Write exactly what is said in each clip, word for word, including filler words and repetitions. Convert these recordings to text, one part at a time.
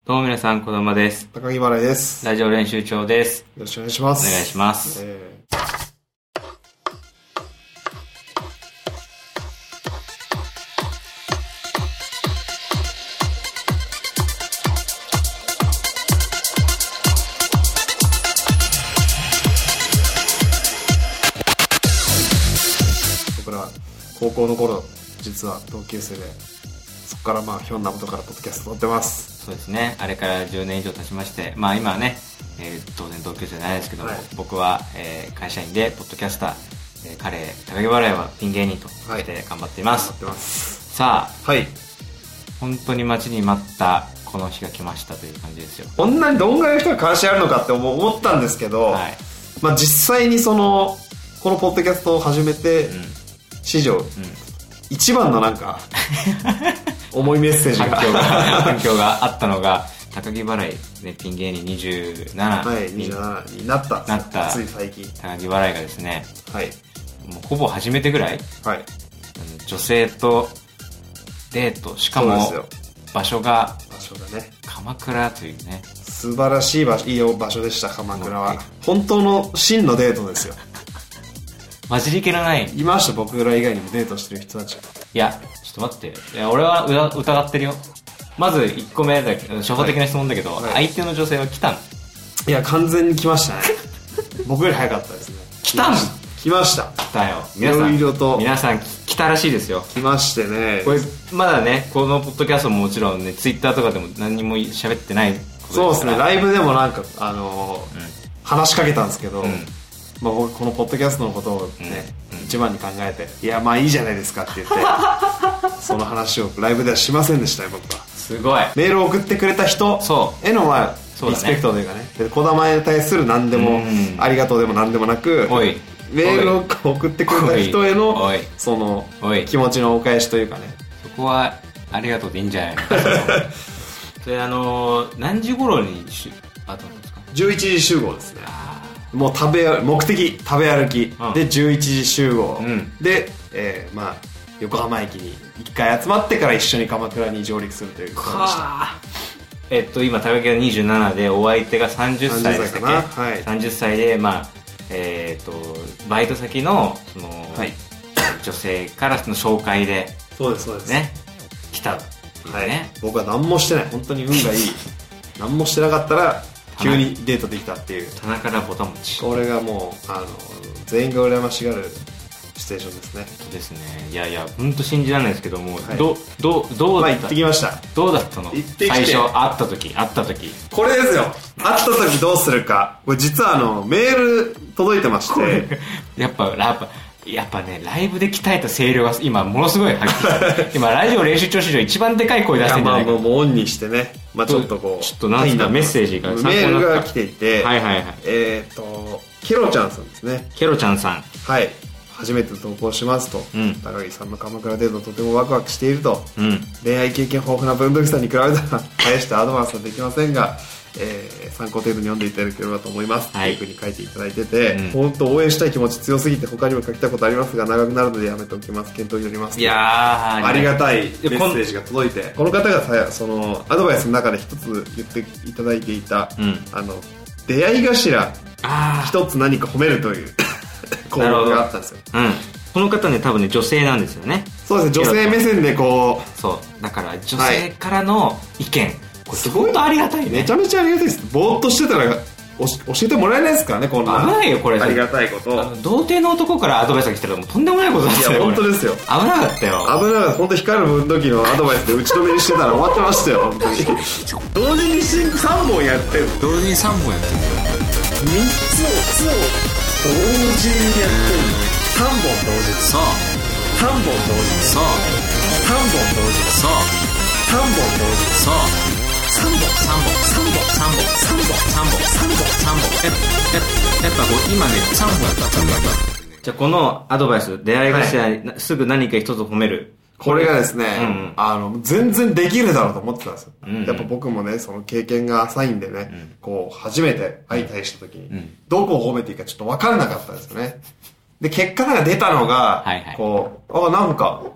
どうも皆さん、こだまです。 高木払いです。 ラジオ練習長です。 よろしくお願いします。 お願いします。えー僕ら高校の頃実は同級生で、そこからまあひょんなことからポッドキャスト撮ってます。 そうですね、あれからじゅうねん以上経ちまして、まあ今はね、えー、当然同級生じゃないですけども、はい、僕は、えー、会社員でポッドキャスター、えー、彼高木払いはピン芸人として頑張っています、 はい、頑張ってます。 さあ、 はい、 本当に待ちに待ったこの日が来ましたという感じですよ。 こんなにどんぐらいの人が関心あるのかって思ったんですけど、はい、まあ、実際にそのこのポッドキャストを始めて、うん、史上、うん、一番のなんか重いメッセージが反響が反響があったのが高木払い、ね、ピン芸人にじゅうなな、 はい、にじゅうななになったなったつい最近高木払いがですね、 はい、 もうほぼ初めてぐらい、 はい、 女性とデート、しかも場所が場所がね鎌倉というね素晴らしい場所、いい場所でした。鎌倉は本当の真のデートですよ。 混じり気のない。 いました、僕ら以外にもデートしてる人たち。 いやちょっと待って、いや俺は疑ってるよ。まずいっこめだけ初歩的な質問だけど、はいはい、相手の女性は来たの？ いや完全に来ましたね僕より早かったですね。 来たの？ 来ました。 来たよ。皆さん、いろいろと皆さん来たらしいですよ。 来ましてね。 これまだね、このポッドキャストももちろんね、ツイッターとかでも何にも喋ってないことですから。 そうですね、ライブでもなんかあのーうん、話しかけたんですけど、うん、まあ、僕このポッドキャストのことをね、うんうん、一番に考えて、いやまあいいじゃないですかって言ってその話をライブではしませんでしたよ。僕はすごいメールを送ってくれた人への、まあ、リスペクトというかね、児玉に対する何でもありがとうでも何でもなく、 おいメールを送ってくれた人へのその気持ちのお返しというかね、 そこはありがとうでいいんじゃないのかそれあのー、何時頃にあったんですか？ じゅういちじ集合ですね。もう食べ目的食べ歩き、うん、でじゅういちじ集合、うん、で、えー、まあ横浜駅にいっかい集まってから一緒に鎌倉に上陸するということでした。 えっと今高木がにじゅうななでお相手がさんじゅっさいでしたっけ？ さんじゅっさいかな、はい、 さんじゅっさいで、まあえー、っとバイト先のその、はい、女性からその紹介でそうですそうですね来たっていうね、はい、 僕は何もしてない、本当に運がいい何もしてなかったら急にデートできたっていう、 棚からぼたもち、 これがもうあの全員が羨ましがるシチュエーションですね。 そうですね。いやいや本当信じられないですけども、はい、どどどうだった、まあ、行ってきました。 どうだったの？ 行ってきて最初会った時会った時これですよ。会った時どうするか。これ実はあのメール届いてまして、 やっぱやっぱやっぱね、ライブで鍛えた声量が今ものすごい発揮今ラジオ練習長史上一番でかい声出してんじゃないか。 いや、まあ、もうオンにしてね、まあ、ちょっとこうちょっとなんですかメッセージがメールが来ていて、 はいはいはい、 えっ、ー、とケロちゃんさんですね。 ケロちゃんさん、 はい、初めて投稿しますと、うん、高木さんの鎌倉デートとてもワクワクしていると、うん、恋愛経験豊富な文土器さんに比べたら大してアドバイスはできませんが、えー、参考程度に読んでいただければと思います、はい、というふうに書いていただいてて、うん、本当応援したい気持ち強すぎて他にも書きたいことありますが長くなるのでやめておきます、検討によります。 いやありがたいメッセージが届いて、この方がさそのアドバイスの中で一つ言っていただいていた、うん、あの出会い頭一つ何か褒めるという項目があったんですよ。 うん、この方ね多分ね女性なんですよね。 そうですね、女性目線でこう、そうだから女性からの意見、はい、これすごいありがたいね。 めちゃめちゃありがたいです。ぼーっとしてたらおし教えてもらえないですからね、こんな危ないよこれ。 ありがたいこと、 あの童貞の男からアドバイスが来たらもうとんでもないことだったよ。 いや本当ですよ、 危なかったよ。 危なかった。本当光る分時のアドバイスで打ち止めにしてたら終わってましたよ本当に同時にシンクさんぼんやってる同時にさんぼんやってるみっつを同時にやってるさんぼん同時、 そうさんぼん同時、 そうさんぼん同時、 そうさんぼん同時、 そうさんぼんさんぼんさんぼんさんぼんさんぼんさんぼんさんぼんさんぼんやっぱ今ねさんぼんやったさんぼんやった。じゃあこのアドバイス、出会い頭、はい、すぐ何か一つ褒める、 これがですね、うん、あの全然できるだろうと思ってたんですよ、うんうん、やっぱ僕もねその経験が浅いんでね、うん、こう初めて相対した時に、うん、どこを褒めていいかちょっと分かんなかったんですよね。で結果が出たのが、はいはい、こうあなんか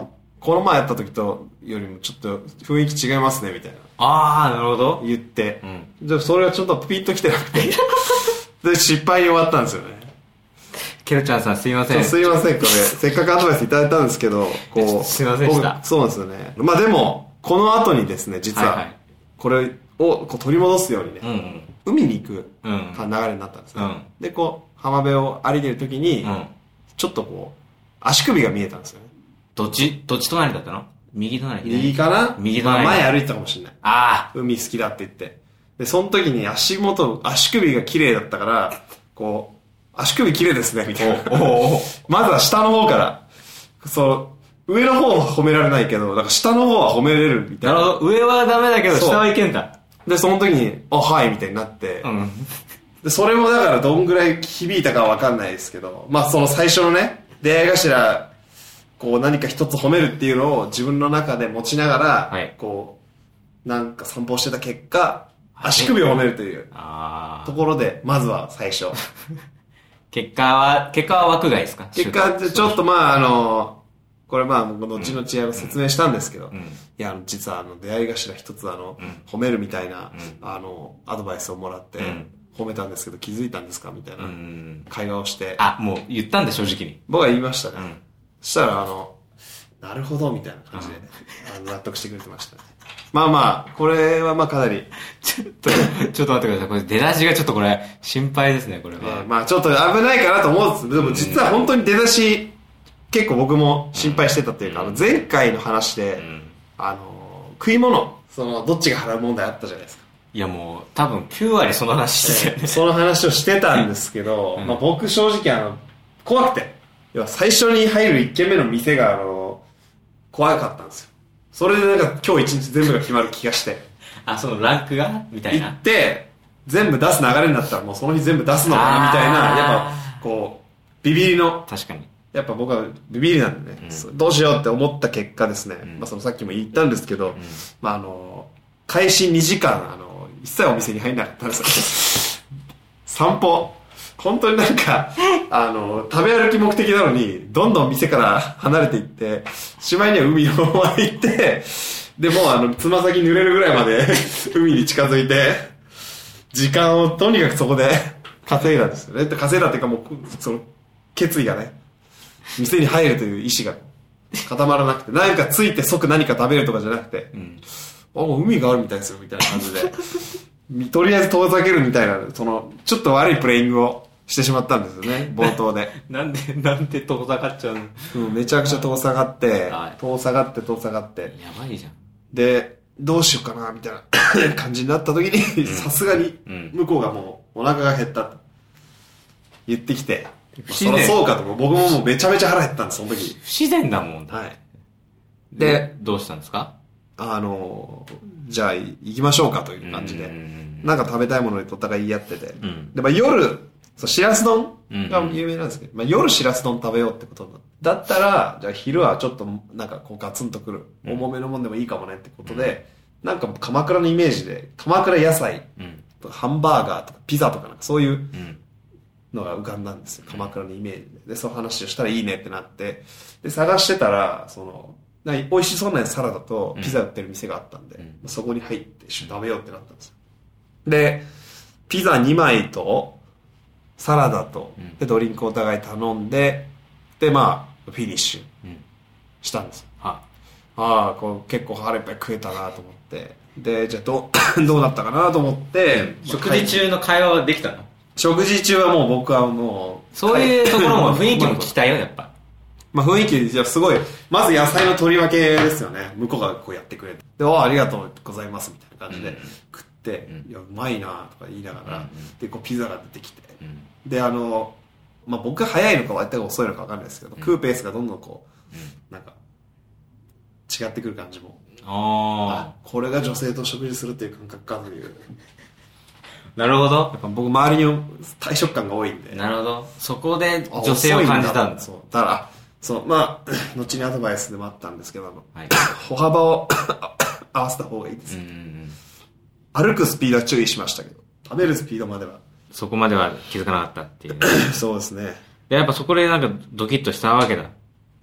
この前やった時とよりもちょっと雰囲気違いますねみたいな。 ああ、なるほど。 言って、うん、じゃあそれはちょっとピンときてなくてで失敗に終わったんですよね。 ケロちゃんさんすいません。 すいません、これせっかくアドバイスいただいたんですけど、こうすいませんでした。 そうなんですよね。まあでもこの後にですね、実はこれをこう取り戻すようにね、はいはい、海に行く流れになったんですね、うん、でこう浜辺を歩いてる時に、うん、ちょっとこう足首が見えたんですよね。 どっちどっち隣だったの？右隣、ね、 右かな。 右隣、 まあ、前歩いてたかもしれない。 ああ、 海好きだって言って、でその時に足元足首が綺麗だったからこう足首綺麗ですねみたいなまずは下の方から、そう上の方は褒められないけどなんか下の方は褒めれるみたいな。 なるほど、上はダメだけど下はいけんだ。 でその時にあはいみたいになって、うん、でそれもだからどんぐらい響いたかは分かんないですけど、まあその最初のね出会い頭こう何か一つ褒めるっていうのを自分の中で持ちながら、はい、こうなんか散歩してた結果足首を褒めるというところでまずは最初結果は結果は枠外ですか？ 結果ってちょっとまああのこれまあ後々の説明したんですけど、うんうん、いや実はあの出会い頭一つあの、うん、褒めるみたいな、うん、あのアドバイスをもらって、うん、褒めたんですけど気づいたんですかみたいな会話をして、 あもう言ったんで正直に僕は言いましたね、うん、そしたらあのなるほどみたいな感じで、うん、あの納得してくれてましたね。まあまあこれはまあかなりちょっとちょっと待ってください、これ出だしがちょっとこれ心配ですねこれは、 えー、まあちょっと危ないかなと思うんです。でも実は本当に出だし結構僕も心配してたっていうか、うん、あの前回の話で、うん、あの食い物そのどっちが払う問題あったじゃないですか。 いやもう多分きゅう割その話してたよね、 えー、その話をしてたんですけど、うんまあ、僕正直あの怖くて要は最初に入るいっけんめの店があの怖かったんですよ。それでなんか今日一日全部が決まる気がしてあそのランクがみたいな行って全部出す流れになったらもうその日全部出すのかなみたいなやっぱこうビビりの確かにやっぱ僕はビビりなんでね、うん、どうしようって思った結果ですね、うんまあ、そのさっきも言ったんですけど、うんまあ、あの開始にじかんあの一切お店に入んなかったんですよ散歩本当になんかあの食べ歩き目的なのにどんどん店から離れていってしまいには海の方まで行ってでもうあのつま先濡れるぐらいまで海に近づいて時間をとにかくそこで稼いだんですよね。稼いだっていうかもうその決意がね店に入るという意志が固まらなくてなんかついて即何か食べるとかじゃなくて、うん、あもう海があるみたいですよみたいな感じでとりあえず遠ざけるみたいなそのちょっと悪いプレイングをしてしまったんですよね冒頭でなんでなんで遠ざかっちゃうの、 うん、めちゃくちゃ遠ざかって遠ざかって遠ざかってやばいじゃん。 でどうしようかなみたいな感じになった時にさすがに向こうがもうお腹が減ったと言ってきてそりゃそうかと僕ももうめちゃめちゃ腹減ったんですその時。 不自然だもん。 はい。 でどうしたんですか？ あのじゃあ行きましょうかという感じでなんか食べたいものでお互い言い合ってて、うん、で、まあ、夜そうしらす丼が有名なんですけど、うんうんまあ、夜しらす丼食べようってことだったらじゃあ昼はちょっとなんかこうガツンとくる重めのもんでもいいかもねってことで、うん、なんか鎌倉のイメージで鎌倉野菜とかハンバーガーとかピザとかなんかそういうのが浮かんだんですよ鎌倉のイメージで。でその話をしたらいいねってなってで探してたらその美味しそうなサラダとピザ売ってる店があったんで、うん、そこに入って一緒に食べようってなったんですよ。でピザにまいとサラダとでドリンクお互い頼んででまあフィニッシュしたんですよ、うん、はああこう結構腹いっぱい食えたなと思ってでじゃあどうどうなったかなと思って、うん、 食事中の会話はできたの？ 食事中はもう僕はもうそういうところも雰囲気も聞きたいよやっぱまあ雰囲気じゃすごいまず野菜の取り分けですよね。向こうがこうやってくれてであありがとうございますみたいな感じで、うん、食って、うん、いやうまいなとか言いながら、うん、でこうピザが出てきて、うん、であのまあ僕が早いのか割と遅いのか分かんないですけど、うん、食うペースがどんどんこう、うん、なんか違ってくる感じもああこれが女性と食事するっていう感覚かというなるほど。 やっぱ僕周りに大食感が多いんでなるほどそこで女性を感じたんだ。 そうだからそうまあ後にアドバイスでもあったんですけど、はい、歩幅を合わせた方がいいです、うんうんうん、歩くスピードは注意しましたけど食べるスピードまではそこまでは気づかなかったっていう、ね、 そうですね。 でやっぱそこでなんかドキッとしたわけだ。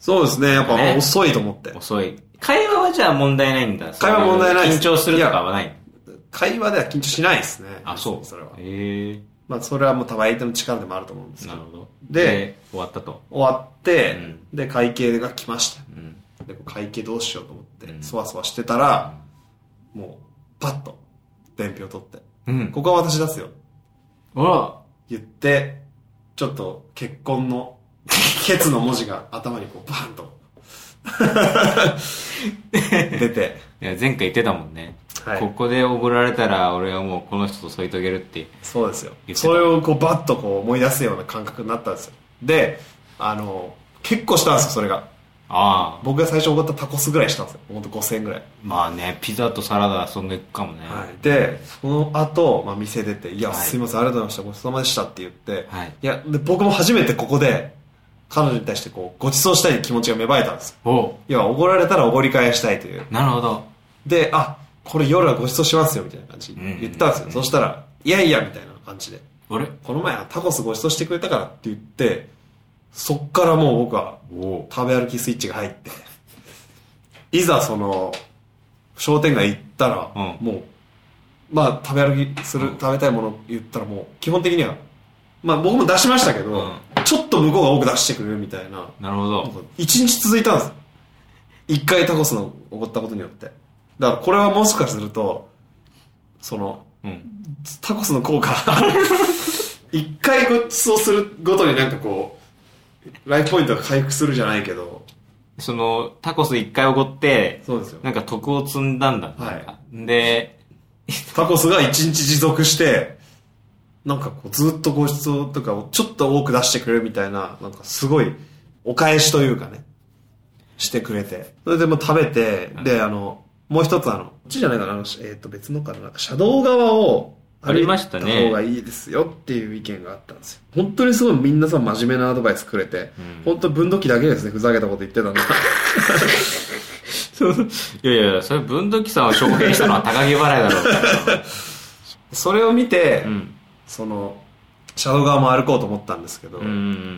そうですね。やっぱ、ね、遅いと思って。 遅い。会話はじゃあ問題ないんだ。 会話問題ないです。 緊張するとかはない。 会話では緊張しないですね。 あ、そう。 それは。 へえ。 まあ、それはもう多分相手の力でもあると思うんですけど。 なるほど。 で、 で終わったと。 終わって、うん、で、会計が来ました。 うん、 で、会計どうしようと思って、うん、そわそわしてたら、うん、もう、パッと、伝票取って、うん、ここは私出すよ。 あら言って、ちょっと結婚の、ケツの文字が頭にこう、バーンと。出て。 いや、前回言ってたもんね。 はい、 ここでおごられたら俺はもうこの人と添い遂げるって。 そうですよ。それをこうバッとこう思い出すような感覚になったんですよ。で、あの、結構したんですよ、それが。 ああ。 僕が最初おごったタコスぐらいしたんですよ。ほんとごせんえんぐらい。 まあね、ピザとサラダそんな行くかもね。 はい。で、その後、まあ店出て、いや、はい、すいません、ありがとうございました、ごちそうさまでしたって言って、はい。いや、で、僕も初めてここで、彼女に対してこう、ご馳走したい気持ちが芽生えたんですよ。 お要は、おごられたらおごり返したいという。 なるほど。 で、あ、これ夜はご馳走しますよ、みたいな感じで言ったんですよ。うんうんうん、そしたら、いやいや、みたいな感じで。 あれこの前はタコスご馳走してくれたからって言って、そっからもう僕は、食べ歩きスイッチが入って、いざその、商店街行ったら、うん、もう、まあ食べ歩きする、うん、食べたいもの言ったらもう、基本的には、まあ僕も出しましたけど、うん、ちょっと向こうが多く出してくれるみたいな。 なるほど。 一日続いたんですよ。一回タコスのおごったことによって。だからこれはもしかすると、その、うん、タコスの効果、一回ごちそうするごとになんかこう、ライフポイントが回復するじゃないけど、 その、タコス一回おごって、 そうですよ。 なんか徳を積んだんだ。 はい。 で、 タコスが一日持続して、なんかこうずっとご馳走とかをちょっと多く出してくれるみたいな、なんかすごいお返しというかね、してくれて。それでも食べて、うん、で、あの、もう一つあの、こっちじゃないかな、えっ、ー、と別のかな、なんか車道側を歩いた方がいいですよっていう意見があったんですよ。本当にすごいみんなさ真面目なアドバイスくれて、うん、本当分度器だけですね、ふざけたこと言ってたの。 いやいや、それ分度器さんを証明したのは高木払いだろうから。 それを見て、うん、その、車道側も歩こうと思ったんですけど、 うんうん、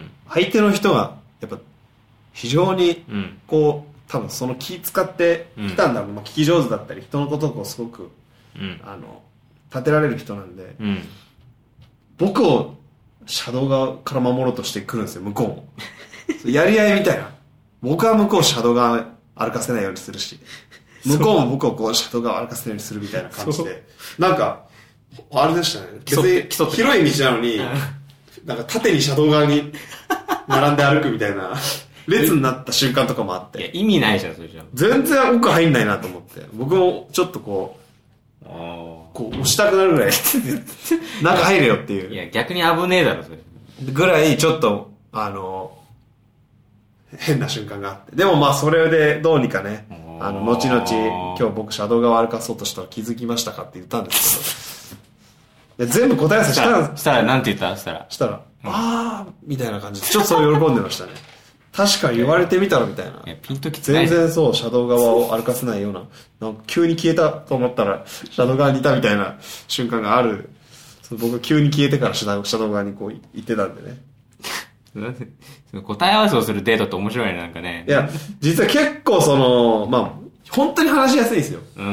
相手の人が、やっぱ、非常に、こう、うん多分その気使ってきたんだろう、うんまあ、聞き上手だったり人のことをすごく、うん、あの立てられる人なんで、 うん、 僕を車道側から守ろうとしてくるんですよ向こうもやり合いみたいな僕は向こうを車道側歩かせないようにするし向こうも僕をこう車道側歩かせないようにするみたいな感じでなんかあれでしたね別に広い道なのになんか縦に車道側に並んで歩くみたいな列になった瞬間とかもあって。 いや、意味ないじゃん、それじゃん。 全然奥入んないなと思って。僕もちょっとこう、こう押したくなるぐらい、中入れよっていう。 いや、逆に危ねえだろ、それ。 ぐらい、ちょっと、あの、変な瞬間があって。でもまあ、それでどうにかね、あの、後々、今日僕、車道側歩かそうとしたら気づきましたかって言ったんですけど、全部答え合わせしたんです。 したら、なんて言ったしたら。 したら、うん、あー、みたいな感じで、ちょっとそう喜んでましたね。確かに言われてみたらみたいな。 いやピンときてない。全然そう、車道側を歩かせないような、なんか急に消えたと思ったら、車道側にいたみたいな瞬間がある。僕急に消えてから車道側にこう行ってたんでね。答え合わせをするデートって面白いね、なんかね。 いや、実は結構その、まあ、本当に話しやすいですよ。 うんうん。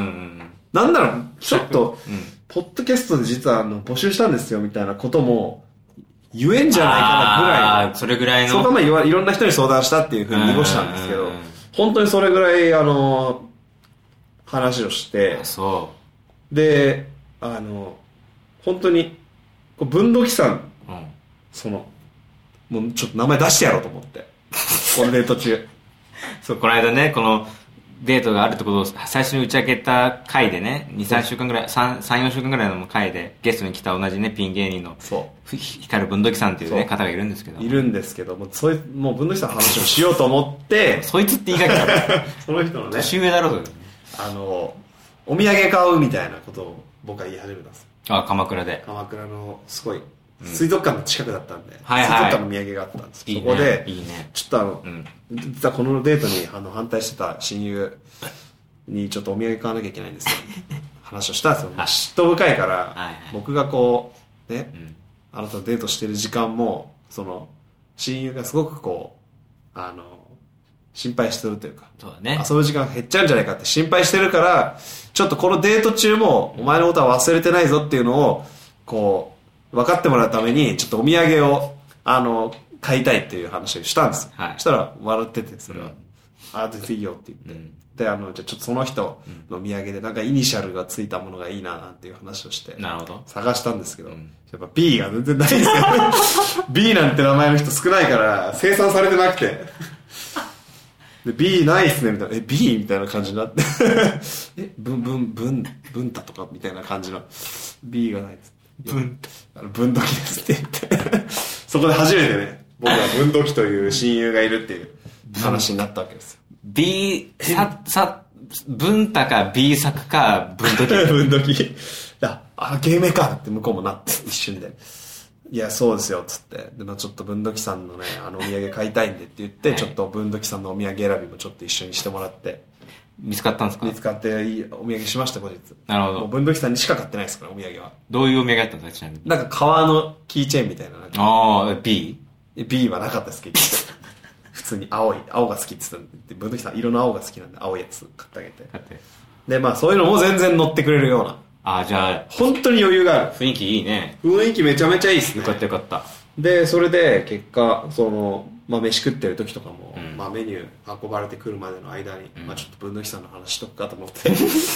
なんなら、ちょっと、うん、ポッドキャストで実はあの募集したんですよみたいなことも、言えんじゃないかなぐらい。 ああ、それぐらいの。 そこはまあいろんな人に相談したっていうふうに濁したんですけど、本当にそれぐらい、あの、話をして、 そう。 で、あの、本当に、分度器さん、うん、その、もうちょっと名前出してやろうと思って。このデート中。 そう、この間ね、この、デートがあるってことを最初に打ち明けた回でね、に、さんしゅうかんぐらい、さん、よんしゅうかんぐらいの回でゲストに来た同じね、ピン芸人の、 そう。 光文土器さんっていうね、方がいるんですけど。 いるんですけど、もう、そういう、もう文土器さんの話をしようと思って、 そいつって言いかけたその人のね、 年上だろ、それ。 あの、お土産買うみたいなことを僕は言い始めたんです。 あ、鎌倉で。 鎌倉の、すごい、水族館の近くだったんで、 はいはい、 水族館の土産があったんです。 いいね、 そこで、 いいね、 ちょっとあの、うん、実はこのデートにあの反対してた親友にちょっとお土産買わなきゃいけないんですよ。話をしたんですよ。嫉妬深いから、はいはい、僕がこう、ね、うん、あなたとデートしてる時間も、その、親友がすごくこう、あの、 心配してるというか。 そうだね。 遊ぶ時間減っちゃうんじゃないかって心配してるから、ちょっとこのデート中も、お前のことは忘れてないぞっていうのを、こう、分かってもらうために、ちょっとお土産を、あの、買いたいっていう話をしたんです。はい。したら、笑ってて、それは。うん、あ、全然いいよって言って。うん、で、あの、じゃあちょっとその人の土産で、なんかイニシャルがついたものがいいな、なんていう話をして。 なるほど。 探したんですけど、うん、やっぱ B が全然ないんですよ。B なんて名前の人少ないから、生産されてなくて。で、B ないっすね、みたいな。え、B? みたいな感じになって。え、ぶん、ぶん、ぶん、ぶんたとかみたいな感じの。B がないです。 ぶん。 あの、分度器ですって言って。そこで初めてね、僕は分度器という親友がいるっていう話になったわけですよ。 B、さ、さ、分たか B 作か分度器。 分度器。あ、あ、芸名かって向こうもなって、一瞬で。いや、そうですよ、つって。で、まあちょっと文土器さんのね、あの、お土産買いたいんでって言って、はい、ちょっと文土器さんのお土産選びもちょっと一緒にしてもらって。 見つかったんですか？ 見つかっていいお土産しました、後日。 なるほど。 もう文土器さんにしか買ってないですから、お土産は。 どういうお土産だったんですか、ちなみに。 なんか革のキーチェーンみたいな。 ああ、B？ B はなかったですけど。普通に青い、青が好きって言ってたんで、文土器さん色の青が好きなんで、青いやつ買ってあげて。買って。で、まあそういうのも全然乗ってくれるような。 ああ、じゃあ。 本当に余裕がある。 雰囲気いいね。 雰囲気めちゃめちゃいいっすね。 よかったよかった。 で、それで、結果、その、まあ、飯食ってる時とかも、うん、まあ、メニュー運ばれてくるまでの間に、うん、まあ、ちょっと文土器さんの話しとくかと思って。も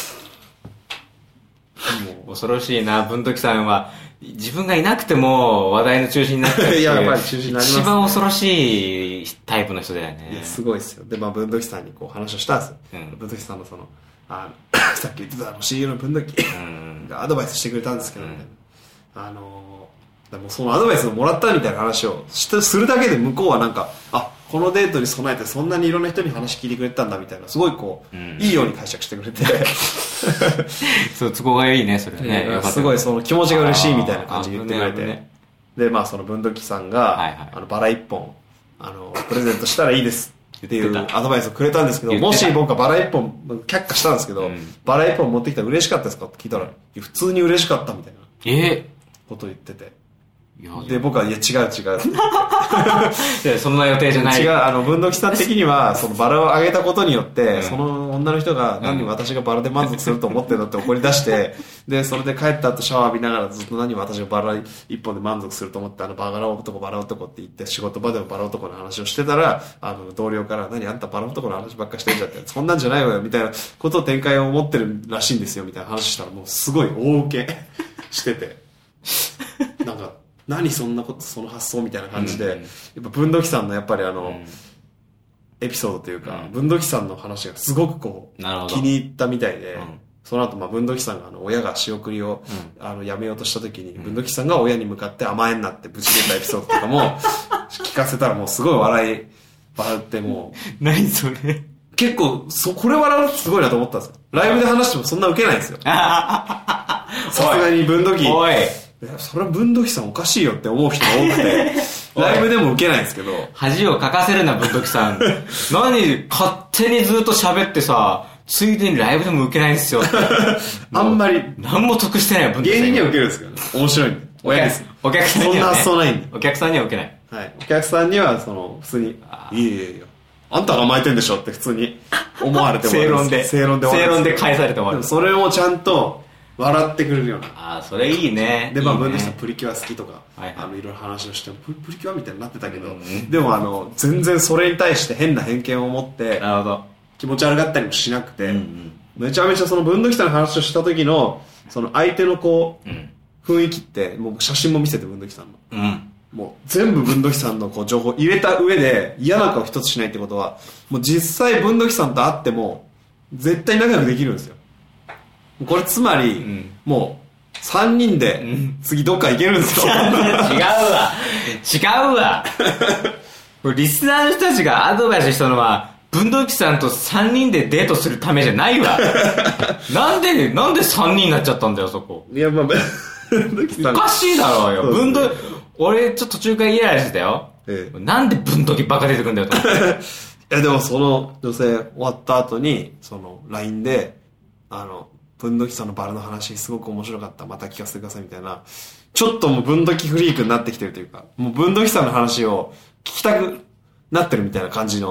う、恐ろしいな、文土器さんは、自分がいなくても話題の中心になったっていう。いや、やっぱり中心になります、ね。一番恐ろしいタイプの人だよね。 いや、すごいですよ。で、まあ、文土器さんにこう話をしたんですよ。うん、文土器さんのその、あの、さっき言ってたあの シーイーオー の文土器がアドバイスしてくれたんですけど、ね、うん、あの、でもそのアドバイスをもらったみたいな話をしてするだけで向こうはなんか、あ、このデートに備えてそんなにいろんな人に話聞いてくれてたんだみたいな、すごいこう、うん、いいように解釈してくれてそう、都合がいいね、それね。 すごいその気持ちが嬉しいみたいな感じで言ってくれて、ね、で、まあその文土器さんが、はいはい、あのバラ一本あのプレゼントしたらいいですっていうアドバイスをくれたんですけど、もし僕がバラ一本却下したんですけど、うん、バラ一本持ってきたら嬉しかったですかって聞いたら、普通に嬉しかったみたいなえことを言ってて、で、僕は、いや、違う違う。 いや、そんな予定じゃない。 違う、あの、文土器さん的には、そのバラをあげたことによって、うん、その女の人が何私がバラで満足すると思ってるのって怒り出して、で、それで帰った後シャワー浴びながらずっと何私がバラ一本で満足すると思って、あの、バラ男、バラ男って言って、仕事場でもバラ男の話をしてたら、あの、同僚から、何あんたバラ男の話ばっかしてるじゃんって、そんなんじゃないわよ、みたいなことを展開を持ってるらしいんですよ、みたいな話したら、もうすごい大受けしてて、なんか、何そんなことその発想みたいな感じで、うんうん、やっぱ文土器さんのやっぱりあの、うん、エピソードというか、うん、文土器さんの話がすごくこう気に入ったみたいで、うん、その後まあ文土器さんがあの親が仕送りを、うん、あのやめようとした時に、うん、文土器さんが親に向かって甘えんなってぶち切れたエピソードとかも聞かせたらもうすごい笑い笑ってもう何それ結構そこれ笑うのすごいなと思ったんですよ。ライブで話してもそんなウケないんですよ。さすがに文土器おいそれは文土器さんおかしいよって思う人が多くてライブでも受けないんですけど恥をかかせるな文土器さん何勝手にずっと喋ってさついでにライブでも受けないんですよってあんまり何も得してないよ文土器さん芸人には受けるんですけどね面白いんで親ですお客さんには、ね、 そんな発想ないんでお客さんには受けない、 はい、お客さんにはその普通にいやいやいやあんたが甘えてんでしょって普通に思われても正論で正論で正論で返されて終わるそれをちゃんと笑ってくれるようなああそれいいねでまあいいね文土器さんプリキュア好きとか、はいはい、あのいろいろ話をしてもプリ、プリキュアみたいになってたけど、うんうん、でもあの全然それに対して変な偏見を持ってなるほど気持ち悪がったりもしなくて、うんうん、めちゃめちゃその文土器さんの話をした時のその相手のこう、うん、雰囲気ってもう写真も見せて文土器さんの、うん、もう全部文土器さんのこう情報入れた上で嫌な顔一つしないってことはもう実際文土器さんと会っても絶対仲良くできるんですよ。これつまり、うん、もうさんにんで次どっか行けるんですよ。 違うわ違うわリスナーの人たちがアドバイスしたのは文土器さんとさんにんでデートするためじゃないわなんでなんでさんにんになっちゃったんだよそこ。 いやまあ文土器さんおかしいだろうよ文土俺ちょっと途中からイライラしてたよ、ええ、なんで文土器ばっか出てくんだよと思っていやでもその女性終わった後にその ライン であの文土器さんのバラの話すごく面白かったまた聞かせてくださいみたいなちょっともう文土器フリークになってきてるというかもう文土器さんの話を聞きたくなってるみたいな感じの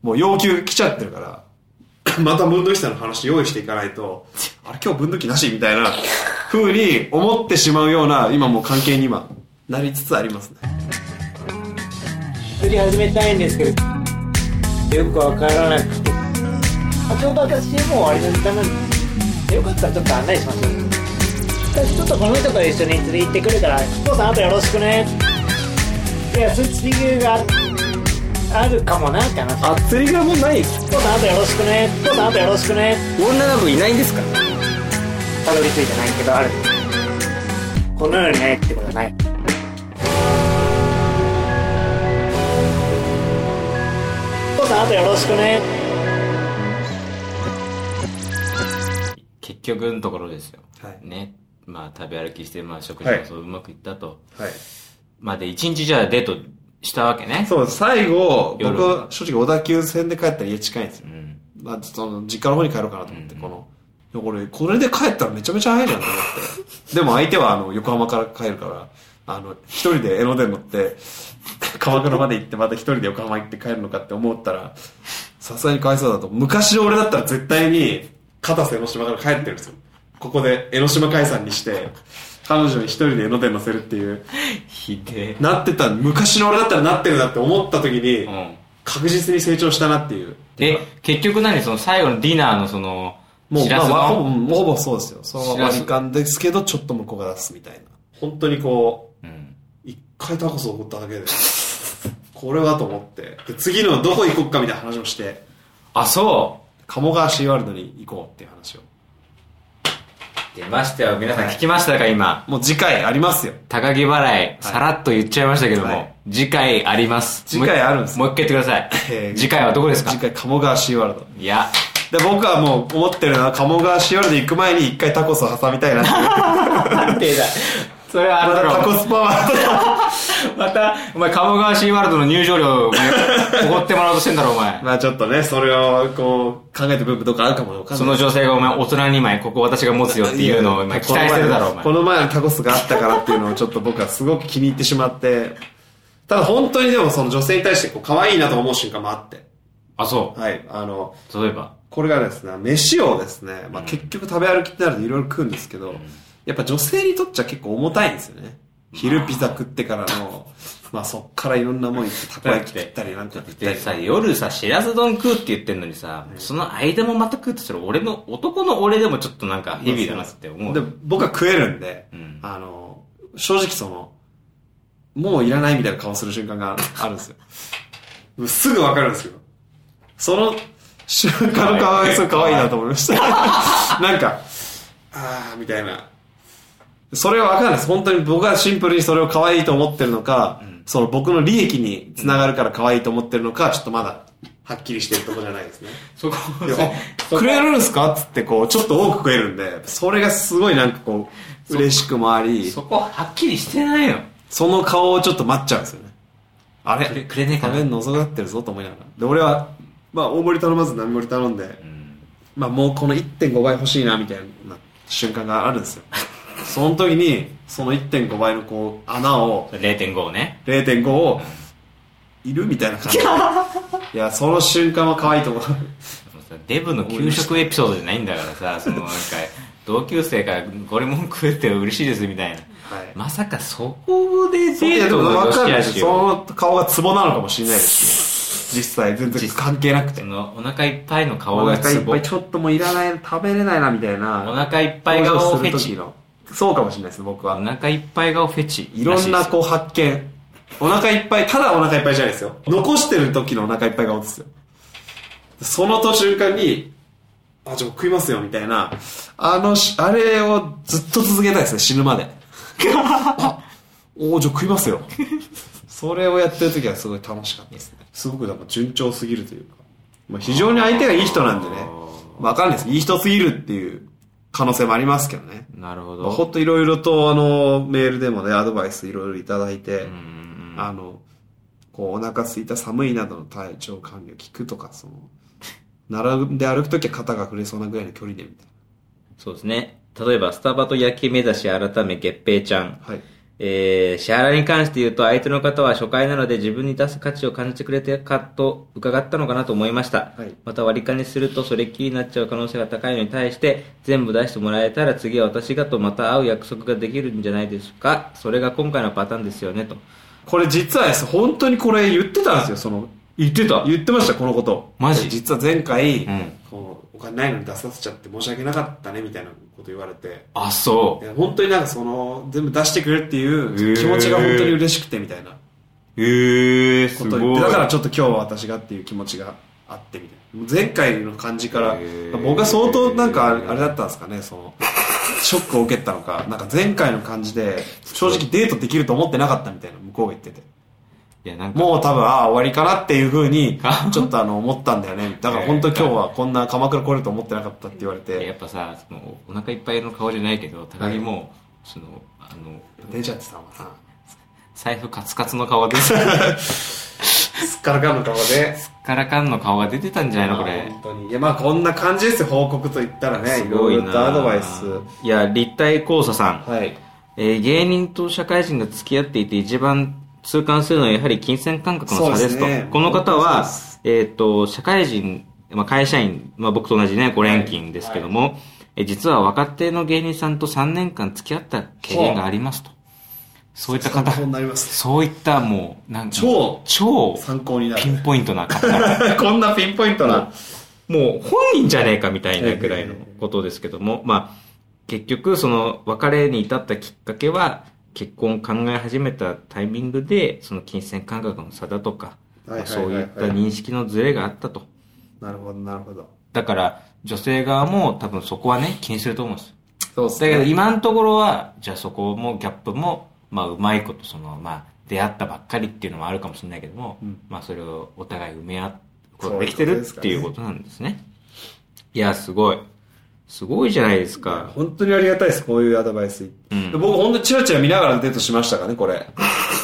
もう要求来ちゃってるからまた分度器さんの話用意していかないとあれ今日分度器なしみたいな風に思ってしまうような今もう関係に今なりつつありますね。 釣り始めたいんですけどよくわからなくて、あ、ちょうど私もう終わりの時間なんでよかったらちょっと案内しましょう。私ちょっとこの人と一緒に釣り行ってくるから父さんあとよろしくね。いや釣り具があるかもなって話。 あ、釣りがもうない。 父さんあとよろしくね。父さんあとよろしくね。 女の子いないんですか？ たどり着いてないけどある。このようにねってことはない。父さんあとよろしくね。 結局のところですよ。 はい。 ね。まあ食べ歩きしてまあ食事もそううまくいったと。 はい。 まあで一日じゃあデートしたわけね。 そう、最後、僕は正直小田急線で帰ったら家近いんですよ。 うん。 まあ、その、実家の方に帰ろうかなと思って、うん、この、いやこれ、これで帰ったらめちゃめちゃ早いじゃんと思って。でも相手は、あの、横浜から帰るから、あの、一人で江ノ電乗って、鎌倉まで行って、また一人で横浜行って帰るのかって思ったら、さすがにかわいそうだと。昔の俺だったら絶対に、片瀬江ノ島から帰ってるんですよ。ここで江ノ島海産にして、彼女に一人で江ノ電乗せるっていう。 ひでなってた、昔の俺だったらなってるなって思った時に、うん、確実に成長したなっていう。 え、結局何その最後のディナーのその、 もう、まあ、ほぼ、ほぼそうですよ。その割り勘ですけど、ちょっと向こうが出すみたいな。本当にこう、一、うん、回タコスを送っただけで、これはと思って。で、次のどこ行こうかみたいな話をして。 あ、そう鴨川シーワールドに行こうっていう話を。 出ましたよ。皆さん聞きましたか、はい、今。 もう次回ありますよ。 高木払い、さらっと言っちゃいましたけども、はい、次回あります。 次回あるんですもう一回言ってください。えー、次回はどこですか？ 次回鴨川シーワールド。 いや。 で、僕はもう思ってるのは鴨川シーワールド行く前に一回タコスを挟みたいなっていう。 なんてだ。それはあれだろ。 タコスパワーまた、お前、鴨川シーワールドの入場料、お前、おごってもらおうとしてんだろ、お前。 まあちょっとね、それを、こう、考えてる部分どっかあるかもわかんない。 その女性がお前、大人に枚、ここ私が持つよっていうのを、今、期待してるだろ、お前。 この前のタコスがあったからっていうのを、ちょっと僕はすごく気に入ってしまって、ただ本当にでもその女性に対して、こう、可愛いなと思う瞬間もあって。 あ、そう。 はい、あの、 例えば。 これがですね、飯をですね、まあ結局食べ歩きってなるといろいろ食うんですけど、うん、やっぱ女性にとっちゃ結構重たいんですよね。昼ピザ食ってからの、まあそっからいろんなもん行ってたこ焼き食ったりなんか食ったり。 さ、夜さ、しらす丼食うって言ってんのにさ、うん、その間もまた食うってしたら俺の、男の俺でもちょっとなんかヘビーだなって思う。 で、僕は食えるんで、うん、あの、正直その、もういらないみたいな顔する瞬間があるんですよ。すぐわかるんですけど。その瞬間の顔がすごい可愛いなと思いました。なんか、あーみたいな。それはわかんないです。本当に僕はシンプルにそれを可愛いと思ってるのか、うん、その僕の利益につながるから可愛いと思ってるのか、ちょっとまだはっきりしてるとこじゃないですね。 そこ、 くれるんすかつってこう、ちょっと多く食えるんで、それがすごいなんかこう、嬉しくもあり。 そこはっきりしてないの。 その顔をちょっと待っちゃうんですよね。あれくれ、くれねえかな。 食べんの遅くなってるぞと思いながら。で、俺は、まあ大盛り頼まず並盛り頼んで、うん、まあもうこの いってんご 倍欲しいなみたいな瞬間があるんですよ。その時に、その いってんご 倍のこう、穴を、 れいてんご をね。 れいてんご を、いるみたいな感じで。いや、その瞬間は可愛いと思う。 デブの給食エピソードじゃないんだからさ、そのなんか、同級生からこれも食えて嬉しいですみたいな。はい、まさかそこでデートのわかんないです。その顔がツボなのかもしれないですね。実際全然関係なくて。 そのお腹いっぱいの顔がツボ。お腹いっぱいちょっともういらない、食べれないなみたいな。 お腹いっぱい顔フェチ。 そうかもしれないです、僕は。 お腹いっぱい顔フェチ。 いろんなこう発見。お腹いっぱい、ただお腹いっぱいじゃないですよ。残してる時のお腹いっぱい顔ですよ。その途中間に、あ、じゃあ食いますよ、みたいな。あの、あれをずっと続けたいですね、死ぬまで。あ、おじゃあ食いますよ。それをやってる時はすごい楽しかったですね。すごくなんか順調すぎるというか。まあ、非常に相手がいい人なんでね。わかんないです。いい人すぎるっていう可能性もありますけどね。 なるほど。 まあ、ほんといろいろとあの、メールでもね、アドバイスいろいろいただいて、うんあの、こうお腹すいた寒いなどの体調管理を聞くとか、その、並んで歩くときは肩が触れそうなぐらいの距離でみたいな。 そうですね。例えば、スタバと焼き目指し改め月平ちゃん。 はい。 えー、支払いに関して言うと、相手の方は初回なので自分に出す価値を感じてくれてかと伺ったのかなと思いました。はい、また割り勘にするとそれっきりになっちゃう可能性が高いのに対して、全部出してもらえたら次は私がとまた会う約束ができるんじゃないですか。それが今回のパターンですよねと。 これ実はです、本当にこれ言ってたんですよ、その。 言ってた言ってました、このこと。 マジ？ 実は前回、 うん、 こうお金ないのに出させちゃって申し訳なかったねみたいなこと言われて。 あ、そう。 いや本当になんかその全部出してくれっていう気持ちが本当に嬉しくてみたいな。 へー、すごい。 だからちょっと今日は私がっていう気持ちがあってみたいな。前回の感じから僕は相当なんかあれだったんですかね、そのショックを受けたのか、なんか前回の感じで正直デートできると思ってなかったみたいな向こうが言ってて。いやなんかもう多分ああ終わりかなっていう風にちょっとあの思ったんだよね。だから本当に今日はこんな鎌倉来れると思ってなかったって言われて。 やっぱさ、そのお腹いっぱいの顔じゃないけど高木も、はい、そのあの出ちゃってたのかな。 財布カツカツの顔ですすっからかんの顔ですっからかんの顔が出てたんじゃないのこれ。 本当に。いやまあこんな感じですよ、報告と言ったらね。いろいろとアドバイス。 いや立体交差さん、 はい、 えー、芸人と社会人が付き合っていて一番痛感するのはやはり金銭感覚の差ですと。ね、この方は、えっ、ー、と、社会人、まあ、会社員、まあ、僕と同じね、ご連勤ですけども、はいはい、え実は若手の芸人さんとさんねんかん付き合った経験がありますと。そういった方、そういったもう、なんか、 超、 超、 参考になる。 ピンポイントな方こんなピンポイントな。 もう、本人じゃねえかみたいなくらいのことですけども、まあ、結局、その、別れに至ったきっかけは、結婚を考え始めたタイミングでその金銭感覚の差だとか、そういった認識のズレがあったと。 なるほどなるほど。 だから女性側も多分そこはね気にすると思うんです。 そうですね。 だけど今のところはじゃあそこもギャップもまあうまいことそのまあ出会ったばっかりっていうのもあるかもしれないけども、うん、まあそれをお互い埋め合うことができてるっていうことなんですね。いやすごい。すごいじゃないですか。 本当にありがたいです、こういうアドバイス。うん、僕本当にチラチラ見ながらデートしましたからね、これ。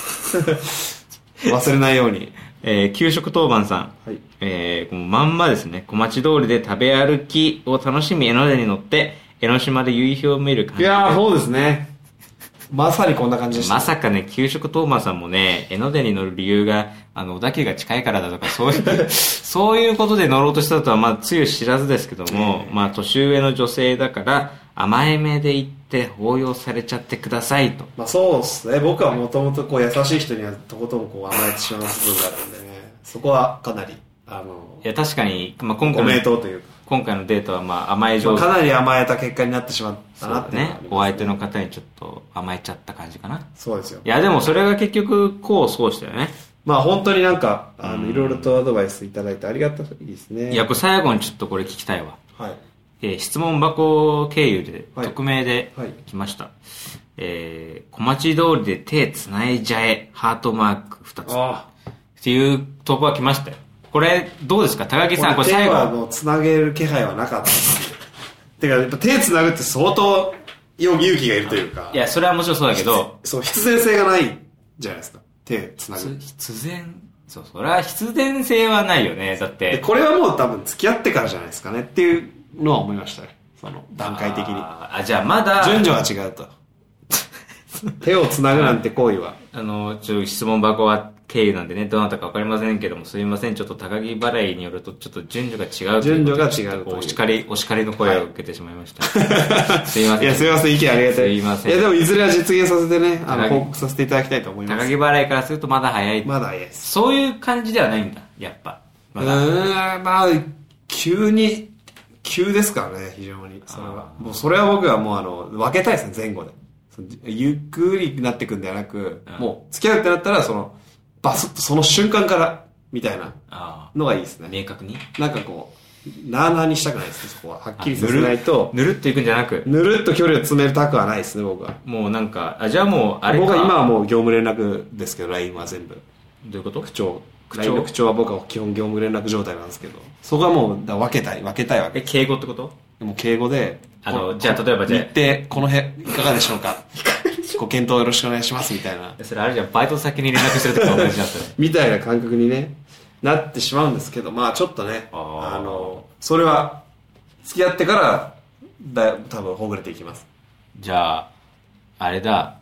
忘れないように。 えー、給食当番さん。 はい。 えー、まんまですね。小町通りで食べ歩きを楽しみ江ノ電に乗って、江ノ島で夕日を見る感じ。 いやー、そうですね。まさにこんな感じでした、 ね。まさかね、給食当番さんもね、江ノ電に乗る理由が、あの、小田急が近いからだとか、そういう、そういうことで乗ろうとしたとは、まあ、つゆ知らずですけども、まあ、年上の女性だから、甘え目で言って抱擁されちゃってくださいと。 まあ、そうですね。僕はもともとこう、優しい人にはとことんこう、甘えてしまう部分があるんでね、そこはかなり、あの、 いや、確かに、まあ、今回の、ご名答というか。 今回のデートはまあ甘え上手、 まあ、かなり甘えた結果になってしまったなっていうのはありますね。 お相手の方にちょっと甘えちゃった感じかな。 そうですよ。 いやでもそれが結局こうそうしたよね。 まあ本当になんかあのいろいろとアドバイスいただいてありがたいですね。 いやこれ最後にちょっとこれ聞きたいわ。 はい。 えー、質問箱経由で、 はい、 匿名で来ました。はい、えー、小町通りで手つないじゃえハートマークふたつっていう投稿が来ましたよ。これどうですか高木さん。これ最後手はもうつなげる気配はなかったですてかやっぱ手つなぐって相当勇気がいるというか。 いやそれはもちろんそうだけどそう必然性がないじゃないですか。手つなぐ必然そうそれは必然性はないよね。だってこれはもう多分付き合ってからじゃないですかねっていうのは思いましたね。その段階的にああじゃあまだ順序が違うと手をつなぐなんて行為はあのちょっと質問箱は経由なんでね、どなたか分かりませんけども、すみません、ちょっと高木払いによると、ちょっと順序が違うという順序が違うという。 お叱り、お叱りの声を受けてしまいました。はい、すいません。 いや、すいません、意見ありがたい。 すいません。 いや、でもいずれは実現させてね、あの、報告させていただきたいと思います。 高木払いからするとまだ早い。 まだ早いです。 そういう感じではないんだ、やっぱ。 まだ。うーん、まあ、急に、急ですからね、非常に。それは。もう、それは僕はもう、あの、分けたいですね、前後で。ゆっくりなっていくんではなく、うん、もう、付き合うってなったら、その、バスッとその瞬間からみたいなのがいいですね。 明確になんかこうなあなあにしたくないですね。そこははっきりさせないとぬるっといくんじゃなくぬるっと距離を詰めたくはないですね。僕はもうなんかあじゃあもうあれか僕は今はもう業務連絡ですけど ライン は全部どういうこと？ 口調ライン の口調は僕は基本業務連絡状態なんですけどそこはもうだ分けたい分けたいわけ。 え敬語ってこと？ でも敬語であのじゃあ例えばじゃあ日程この辺いかがでしょうかご検討よろしくお願いしますみたいな。 それあれじゃんバイト先に連絡するとか同じだったねみたいな感覚にねなってしまうんですけど、まあちょっとねああのそれは付き合ってからだ多分ほぐれていきます。 じゃああれだ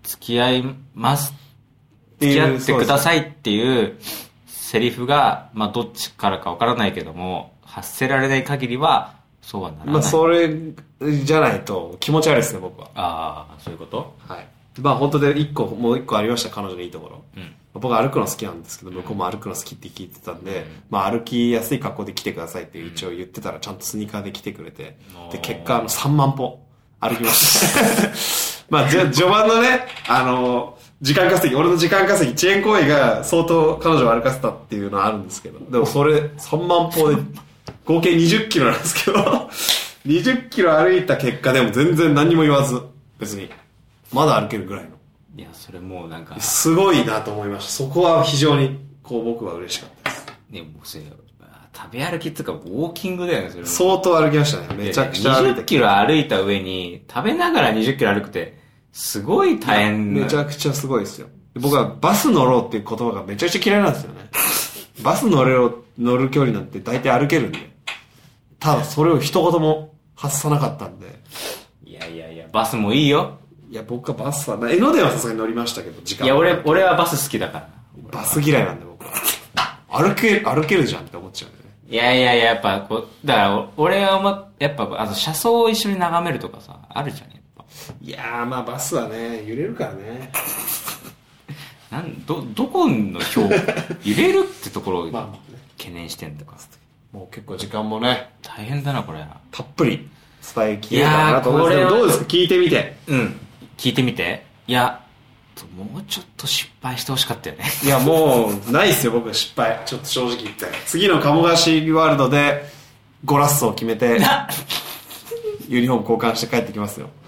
付き合います付き合ってくださいっていうセリフが、まあどっちからかわからないけども発せられない限りはそうはならない。 まあそれじゃないと気持ち悪いですね僕は。 ああ、そういうこと。 はい。まあ本当で一個もう一個ありました彼女のいいところ。 うん、 僕は歩くの好きなんですけど向こうも歩くの好きって聞いてたんで、うん、まあ歩きやすい格好で来てくださいって一応言ってたらちゃんとスニーカーで来てくれて、うん、で結果あのさんまん歩歩きました。まあじゃ序盤のねあの時間稼ぎ俺の時間稼ぎ遅延行為が相当彼女を歩かせたっていうのはあるんですけど、でもそれさんまん歩で合計にじゅっキロなんですけどにじゅっキロ歩いた結果でも全然何も言わず別にまだ歩けるぐらいの。 いやそれもうなんかすごいなと思いました。そこは非常にこう僕は嬉しかったです。 ね、もうそれ食べ歩きっていうかウォーキングだよね。それ相当歩きましたね。めちゃくちゃ歩いて。 にじゅっキロ歩いた上に食べながらにじゅっキロ歩くってすごい大変な。 めちゃくちゃすごいですよ。僕はバス乗ろうっていう言葉がめちゃくちゃ嫌いなんですよね。バス乗れろ乗る距離なんて大体歩けるんで、ただそれを一言も発さなかったんで。 いやいやいやバスもいいよ。 いや僕はバスは江ノ電はさすがに乗りましたけど時間。 いや俺俺はバス好きだから。 バス嫌いなんで僕は歩け歩けるじゃんって思っちゃうんでね。 いやいやいややっぱこうだから俺は思やっぱあの車窓を一緒に眺めるとかさあるじゃんやっぱ。 いやーまあバスはね揺れるからね。 なんどどこの表揺れるってところを懸念してんだか、まあね、 もう結構時間もね大変だなこれ。 たっぷり伝えきれたかなと思いますけどどうですか聞いてみて。 うん聞いてみて。いやもうちょっと失敗してほしかったよね。 いやもうないっすよ僕失敗ちょっと正直言って。次の鴨川シーワールドでゴラッソを決めてユニフォーム交換して帰ってきますよ。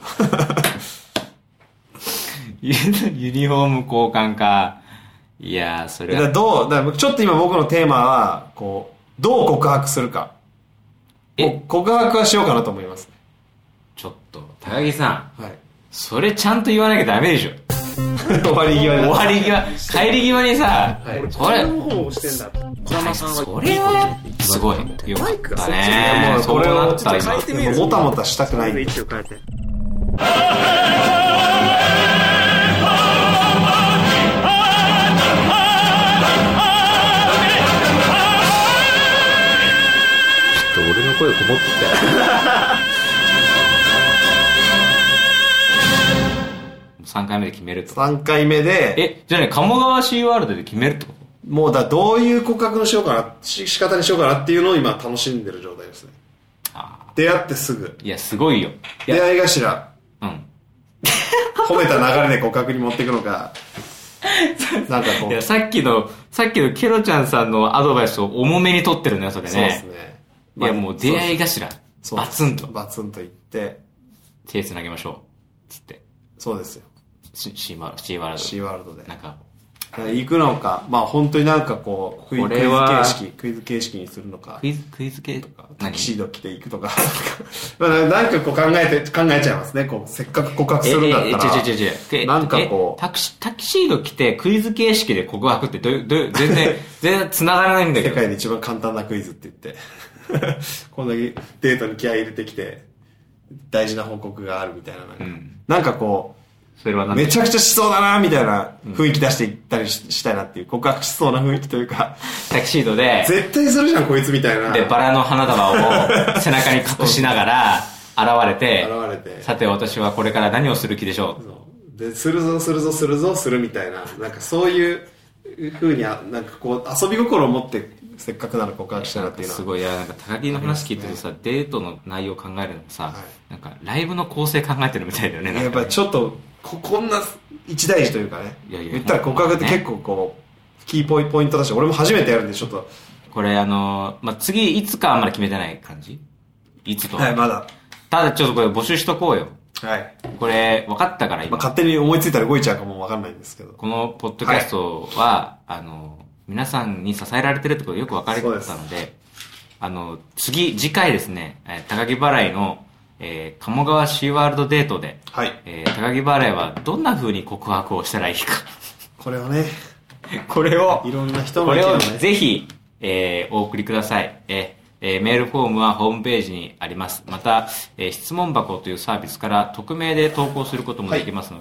ユニフォーム交換か。いやそれはだどうだちょっと今僕のテーマはこうどう告白するか。え告白はしようかなと思いますね。 ちょっと高木さん、 はい、それちゃんと言わなきゃダメでしょ。 終わり際終わり際帰り際にさ、はい、 これをしてんだそれはすごいよかったね。 もうこれをちょっと書いてみる。もたもたしたくないんで。ちょっと俺の声こもってたよ。さんかいめで決めると。 さんかいめでえじゃあね鴨川シーワールドで決めるってこと。 もうだどういう告白のしようかなし仕方にしようかなっていうのを今楽しんでる状態ですね。あ出会ってすぐ。 いやすごいよ。 出会い頭うん褒めた流れで告白に持っていくのかなんかこういやさっきのさっきのケロちゃんさんのアドバイスを重めに取ってるねそれね。 そうですね、 まあ、いやもう出会い頭バツンとバツンと言って手つなげましょうつって。 そうですよ。 シーワールドシーワールドでなんか行くのかまあ本当になんかこうクイズ形式クイズ形式にするのかクイズクイズ系とかタキシード着ていくとかまあなんかこう考えて考えちゃいますね。こうせっかく告白するんだったらええええええなんかこうタキタキシード着てクイズ形式で告白ってどうどう全然全然繋がらないんだけど世界で一番簡単なクイズって言ってこんだけデートに気合い入れてきて大事な報告があるみたいななんか、うん、なんかこうそれはめちゃくちゃしそうだなみたいな雰囲気出していったり し,、うん、したいなっていう告白しそうな雰囲気というかタキシードで絶対するじゃんこいつみたいなでバラの花束を背中に隠しながら現れて現れてさて私はこれから何をする気でしょうそうでするぞするぞするぞするみたいななんかそういう風になんかこう遊び心を持ってせっかくなら告白したなっていうのはすごい。いやなんか高木の話聞いてるとさ、ね、デートの内容を考えるのもさ、はい、なんかライブの構成考えてるみたいだよね。 やっぱりちょっと こ, こんな一大事というかねいやいや言ったら告白って結構こう、ね、キーポイントだし俺も初めてやるんでちょっとこれあのー、まあ、次いつかはまだ決めてない感じいつとはいまだただちょっとこれ募集しとこうよ。 はいこれ分かったから今、 まあ、勝手に思いついたら動いちゃうかも分かんないんですけどこのポッドキャストは、はい、あの皆さんに支えられてるってことがよく分かれてたの で, であの次次回ですね高木払いの、えー、鴨川シーワールドデートで、 はいえー、高木払いはどんな風に告白をしたらいいかこれをねこれをいろんな人の意見を、ね、 これをぜひ、えー、お送りください。えーえー、メールフォームはホームページにあります。また、えー、質問箱というサービスから匿名で投稿することもできますので、はい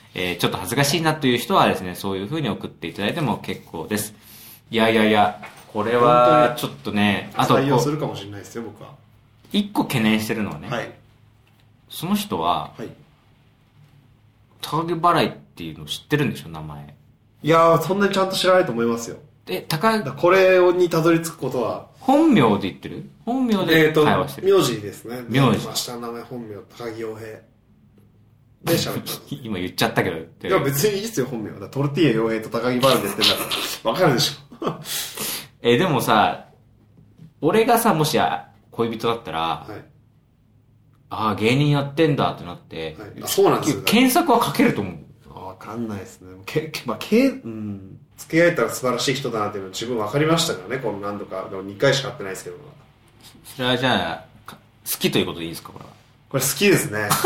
えー、ちょっと恥ずかしいなという人はですね、そういう風に送っていただいても結構です。いやいやいや、これはちょっとね、 あと採用するかもしれないですよ、僕は。 一個懸念してるのはね、はい、その人は、はい、高木払いっていうのを知ってるんでしょ、名前。 いやー、そんなにちゃんと知らないと思いますよ。 え、高木これにたどり着くことは本名で言ってる？本名で会話してる。 えーと、名字ですね。 名字。 下の名前本名、高木洋平。で喋った。 今言っちゃったけど。 いや、別にいいっすよ、本名。だトルティーヤ洋平と高木バルでって言ったら、わかるでしょ。 えー、でもさ、俺がさ、もし恋人だったら、はい、ああ、芸人やってんだってなって、 はい、あ、そうなんですよ。 検索はかけると思う。 わかんないですね。け、まあ、け、うん。付き合えたら素晴らしい人だなっていうのは自分分かりましたからね、この何度か。でもにかいしか会ってないですけど。 それはじゃあ、好きということでいいですか、これは。 これ好きですね。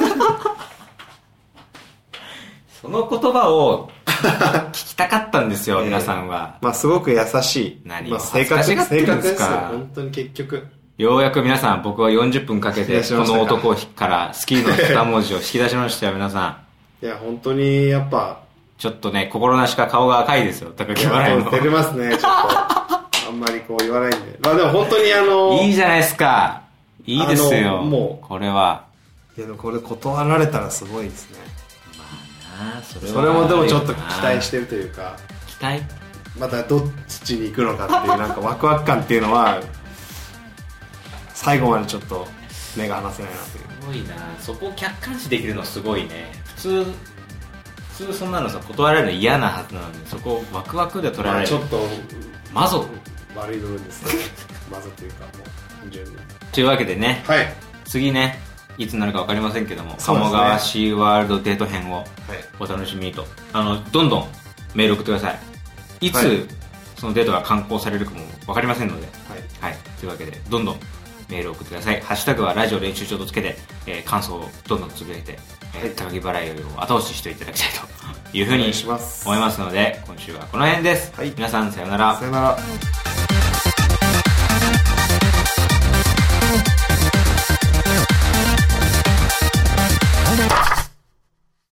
その言葉を聞きたかったんですよ、えー、皆さんは。 まあすごく優しい。 何まあ、性格、性格ですよ。本当に結局。 ようやく皆さん、僕はよんじゅっぷんかけて、この男から好きの二文字を引き出しましたよ、皆さん。いや、本当に、やっぱ、 ちょっとね、心なしか顔が赤いですよ、高木笑いの。 照れますね、ちょっと。あんまりこう言わないんで。まあでも本当にあのいいじゃないですか。いいですよ。もう。これは。 いや、でもこれ断られたらすごいですね。 まあな、それは。 それもでもちょっと期待してるというか。 期待またどっちに行くのかっていう、なんかワクワク感っていうのは、最後までちょっと目が離せないなという。 すごいな。そこを客観視できるのすごいね。普通、普通そんなのさ、断られるの嫌なはずなのに、そこをワクワクで取られる。 ちょっとマゾ悪い部分ですね。マゾというかもう単純に。 というわけでね、 はい、 次ね、いつになるか分かりませんけども、ね、鴨川シーワールドデート編をお楽しみにと、はい、あのどんどんメール送ってください。いつ、はい、そのデートが敢行されるかも分かりませんので、はい、はい、というわけでどんどんメールを送ってください。ハッシュタグはラジオ練習帳とつけて、えー、感想をどんどんつぶやいて、えーはい、高木払いを後押ししていただきたいというふうに思いますので、今週はこの辺です。はい、皆さんさよなら。 さよなら。